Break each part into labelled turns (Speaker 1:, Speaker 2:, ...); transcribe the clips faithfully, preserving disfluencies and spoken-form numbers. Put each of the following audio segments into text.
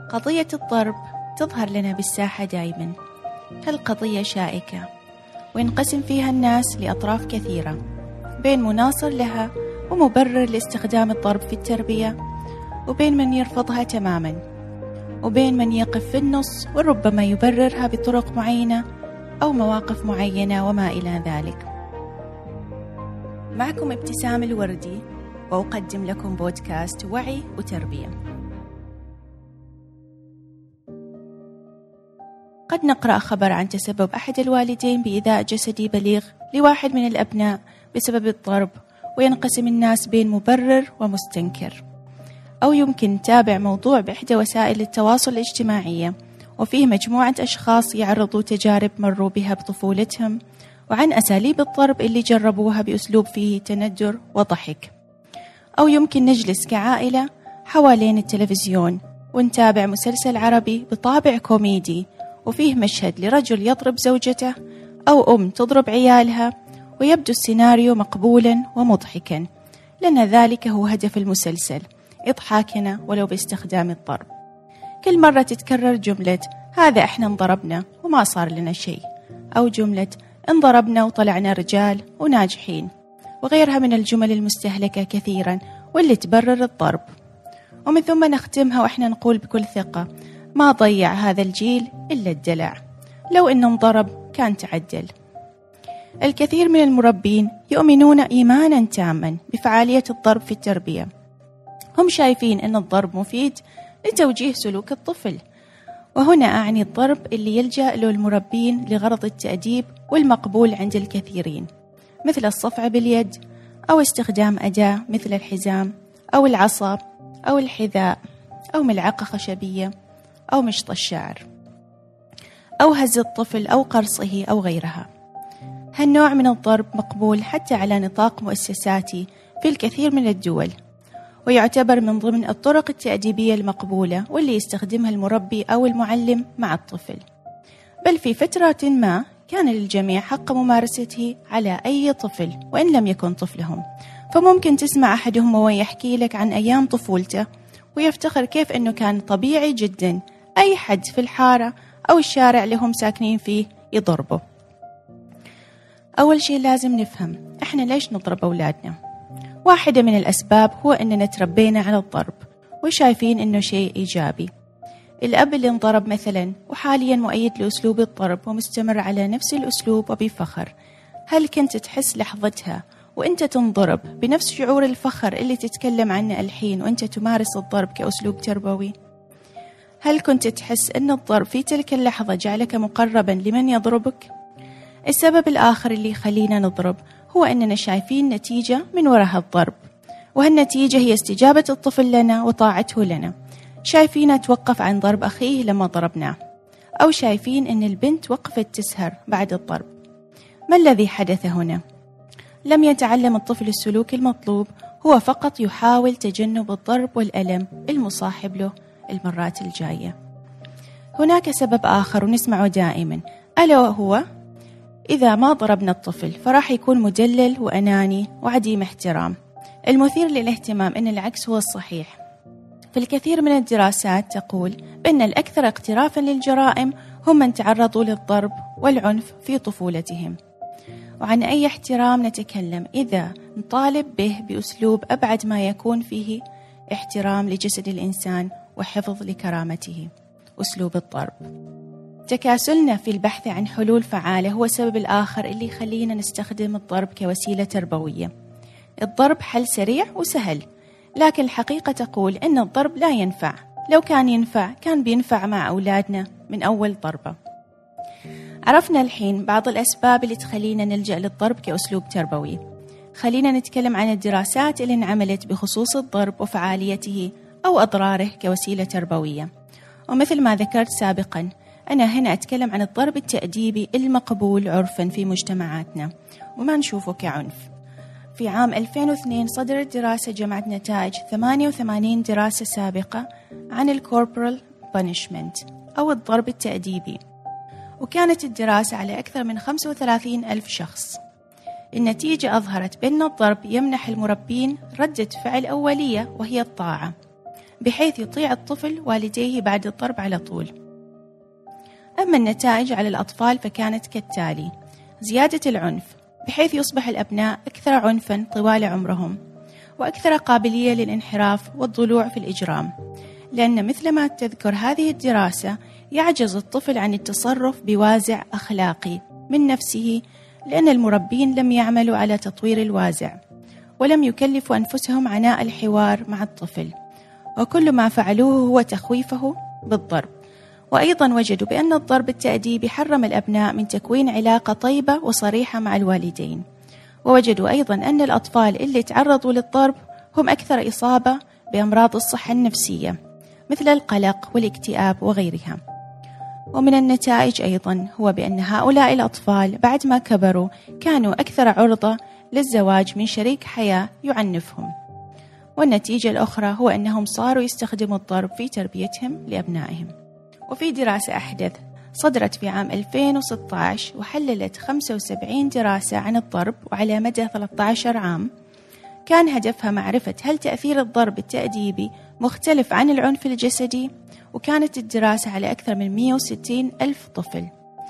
Speaker 1: قضية الضرب تظهر لنا بالساحة دائما. هالقضية شائكة وينقسم فيها الناس لأطراف كثيرة، بين مناصر لها ومبرر لاستخدام الضرب في التربية، وبين من يرفضها تماما، وبين من يقف في النص وربما يبررها بطرق معينة أو مواقف معينة وما إلى ذلك. معكم ابتسام الوردي، وأقدم لكم بودكاست وعي وتربية. قد نقرأ خبر عن تسبب أحد الوالدين بإيذاء جسدي بليغ لواحد من الأبناء بسبب الضرب، وينقسم الناس بين مبرر ومستنكر. أو يمكن نتابع موضوع بإحدى وسائل التواصل الاجتماعية وفيه مجموعة أشخاص يعرضوا تجارب مروا بها بطفولتهم، وعن أساليب الضرب اللي جربوها بأسلوب فيه تندر وضحك. أو يمكن نجلس كعائلة حوالين التلفزيون ونتابع مسلسل عربي بطابع كوميدي وفيه مشهد لرجل يضرب زوجته أو أم تضرب عيالها، ويبدو السيناريو مقبولا ومضحكا، لأن ذلك هو هدف المسلسل، إضحاكنا ولو باستخدام الضرب. كل مرة تتكرر جملة هذا إحنا انضربنا وما صار لنا شيء، أو جملة انضربنا وطلعنا رجال وناجحين، وغيرها من الجمل المستهلكة كثيرا واللي تبرر الضرب. ومن ثم نختمها وإحنا نقول بكل ثقة ما ضيع هذا الجيل إلا الدلع، لو إنه انضرب كان تعدل. الكثير من المربين يؤمنون إيمانا تاما بفعالية الضرب في التربية. هم شايفين أن الضرب مفيد لتوجيه سلوك الطفل، وهنا أعني الضرب اللي يلجأ له المربين لغرض التأديب والمقبول عند الكثيرين، مثل الصفع باليد، أو استخدام أداة مثل الحزام أو العصا أو الحذاء أو ملعقة خشبية أو مشط الشعر، أو هز الطفل أو قرصه أو غيرها. هالنوع من الضرب مقبول حتى على نطاق مؤسساتي في الكثير من الدول، ويعتبر من ضمن الطرق التأديبية المقبولة واللي يستخدمها المربي أو المعلم مع الطفل. بل في فترة ما كان للجميع حق ممارسته على أي طفل وإن لم يكن طفلهم. فممكن تسمع أحدهم وهو يحكي لك عن أيام طفولته ويفتخر كيف أنه كان طبيعي جدا أي حد في الحارة أو الشارع اللي هم ساكنين فيه يضربه. أول شيء لازم نفهم إحنا ليش نضرب أولادنا. واحدة من الأسباب هو أننا تربينا على الضرب وشايفين أنه شيء إيجابي. الأب اللي انضرب مثلا وحاليا مؤيد لأسلوب الضرب ومستمر على نفس الأسلوب وبفخر، هل كنت تحس لحظتها وأنت تنضرب بنفس شعور الفخر اللي تتكلم عنه الحين وأنت تمارس الضرب كأسلوب تربوي؟ هل كنت تحس أن الضرب في تلك اللحظة جعلك مقربا لمن يضربك؟ السبب الآخر اللي يخلينا نضرب هو أننا شايفين نتيجة من وراء الضرب، وهالنتيجة هي استجابة الطفل لنا وطاعته لنا. شايفين توقف عن ضرب أخيه لما ضربناه، أو شايفين أن البنت وقفت تسهر بعد الضرب. ما الذي حدث هنا؟ لم يتعلم الطفل السلوك المطلوب، هو فقط يحاول تجنب الضرب والألم المصاحب له المرات الجاية. هناك سبب آخر ونسمعه دائما، ألا وهو إذا ما ضربنا الطفل فراح يكون مدلل وأناني وعديم احترام. المثير للاهتمام أن العكس هو الصحيح. في الكثير من الدراسات تقول بأن الأكثر اقترافا للجرائم هم من تعرضوا للضرب والعنف في طفولتهم. وعن أي احترام نتكلم إذا نطالب به بأسلوب أبعد ما يكون فيه احترام لجسد الإنسان وحفظ لكرامته؟ أسلوب الضرب. تكاسلنا في البحث عن حلول فعالة هو السبب الآخر اللي يخلينا نستخدم الضرب كوسيلة تربوية. الضرب حل سريع وسهل، لكن الحقيقة تقول أن الضرب لا ينفع. لو كان ينفع كان بينفع مع أولادنا من أول ضربة. عرفنا الحين بعض الأسباب اللي تخلينا نلجأ للضرب كأسلوب تربوي. خلينا نتكلم عن الدراسات اللي انعملت بخصوص الضرب وفعاليته أو أضراره كوسيلة تربوية. ومثل ما ذكرت سابقا، أنا هنا أتكلم عن الضرب التأديبي المقبول عرفا في مجتمعاتنا وما نشوفه كعنف. في عام ألفين واثنين صدرت دراسة جمعت نتائج ثمانية وثمانين دراسة سابقة عن الكوربورال بانشمنت أو الضرب التأديبي، وكانت الدراسة على أكثر من خمسة وثلاثين ألف شخص. النتيجة أظهرت بأن الضرب يمنح المربين ردة فعل أولية وهي الطاعة، بحيث يطيع الطفل والديه بعد الضرب على طول. أما النتائج على الأطفال فكانت كالتالي: زيادة العنف، بحيث يصبح الأبناء أكثر عنفاً طوال عمرهم، وأكثر قابلية للانحراف والضلوع في الإجرام، لأن مثلما تذكر هذه الدراسة يعجز الطفل عن التصرف بوازع أخلاقي من نفسه، لأن المربين لم يعملوا على تطوير الوازع، ولم يكلفوا أنفسهم عناء الحوار مع الطفل، وكل ما فعلوه هو تخويفه بالضرب. وأيضا وجدوا بأن الضرب التأديبي حرم الأبناء من تكوين علاقة طيبة وصريحة مع الوالدين. ووجدوا أيضا أن الأطفال اللي تعرضوا للضرب هم أكثر إصابة بأمراض الصحة النفسية مثل القلق والاكتئاب وغيرها. ومن النتائج أيضا هو بأن هؤلاء الأطفال بعد ما كبروا كانوا أكثر عرضة للزواج من شريك حياة يعنفهم. والنتيجة الأخرى هو أنهم صاروا يستخدموا الضرب في تربيتهم لأبنائهم. وفي دراسة أحدث صدرت في عام ألفين وستة عشر وحللت خمسة وسبعين دراسة عن الضرب وعلى مدى ثلاثة عشر عام، كان هدفها معرفة هل تأثير الضرب التأديبي مختلف عن العنف الجسدي، وكانت الدراسة على أكثر من مئة وستين ألف طفل.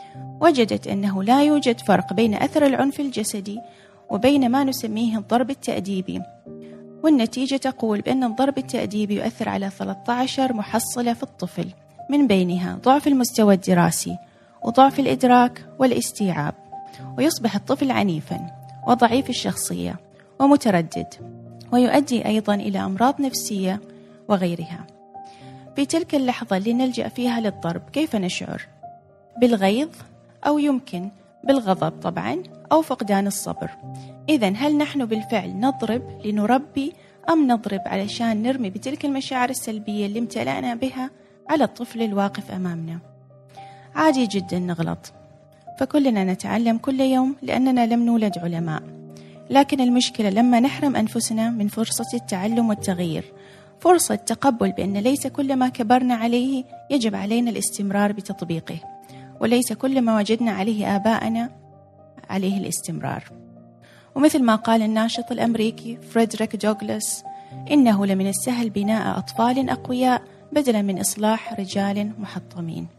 Speaker 1: وجدت أنه لا يوجد فرق بين أثر العنف الجسدي وبين ما نسميه الضرب التأديبي. والنتيجة تقول بأن الضرب التأديبي يؤثر على ثلاثة عشر محصلة في الطفل، من بينها ضعف المستوى الدراسي وضعف الإدراك والاستيعاب، ويصبح الطفل عنيفا وضعيف الشخصية ومتردد، ويؤدي أيضا إلى أمراض نفسية وغيرها. في تلك اللحظة اللي نلجأ فيها للضرب كيف نشعر؟ بالغيظ، أو يمكن بالغضب طبعا، أو فقدان الصبر. إذن هل نحن بالفعل نضرب لنربي، أم نضرب علشان نرمي بتلك المشاعر السلبية اللي امتلأنا بها على الطفل الواقف أمامنا؟ عادي جدا نغلط، فكلنا نتعلم كل يوم لأننا لم نولد علماء. لكن المشكلة لما نحرم أنفسنا من فرصة التعلم والتغيير، فرصة تقبل بأن ليس كل ما كبرنا عليه يجب علينا الاستمرار بتطبيقه، وليس كل ما وجدنا عليه آباءنا عليه الاستمرار. ومثل ما قال الناشط الأمريكي فريدريك دوغلاس: إنه لمن السهل بناء أطفال أقوياء بدلا من إصلاح رجال محطمين.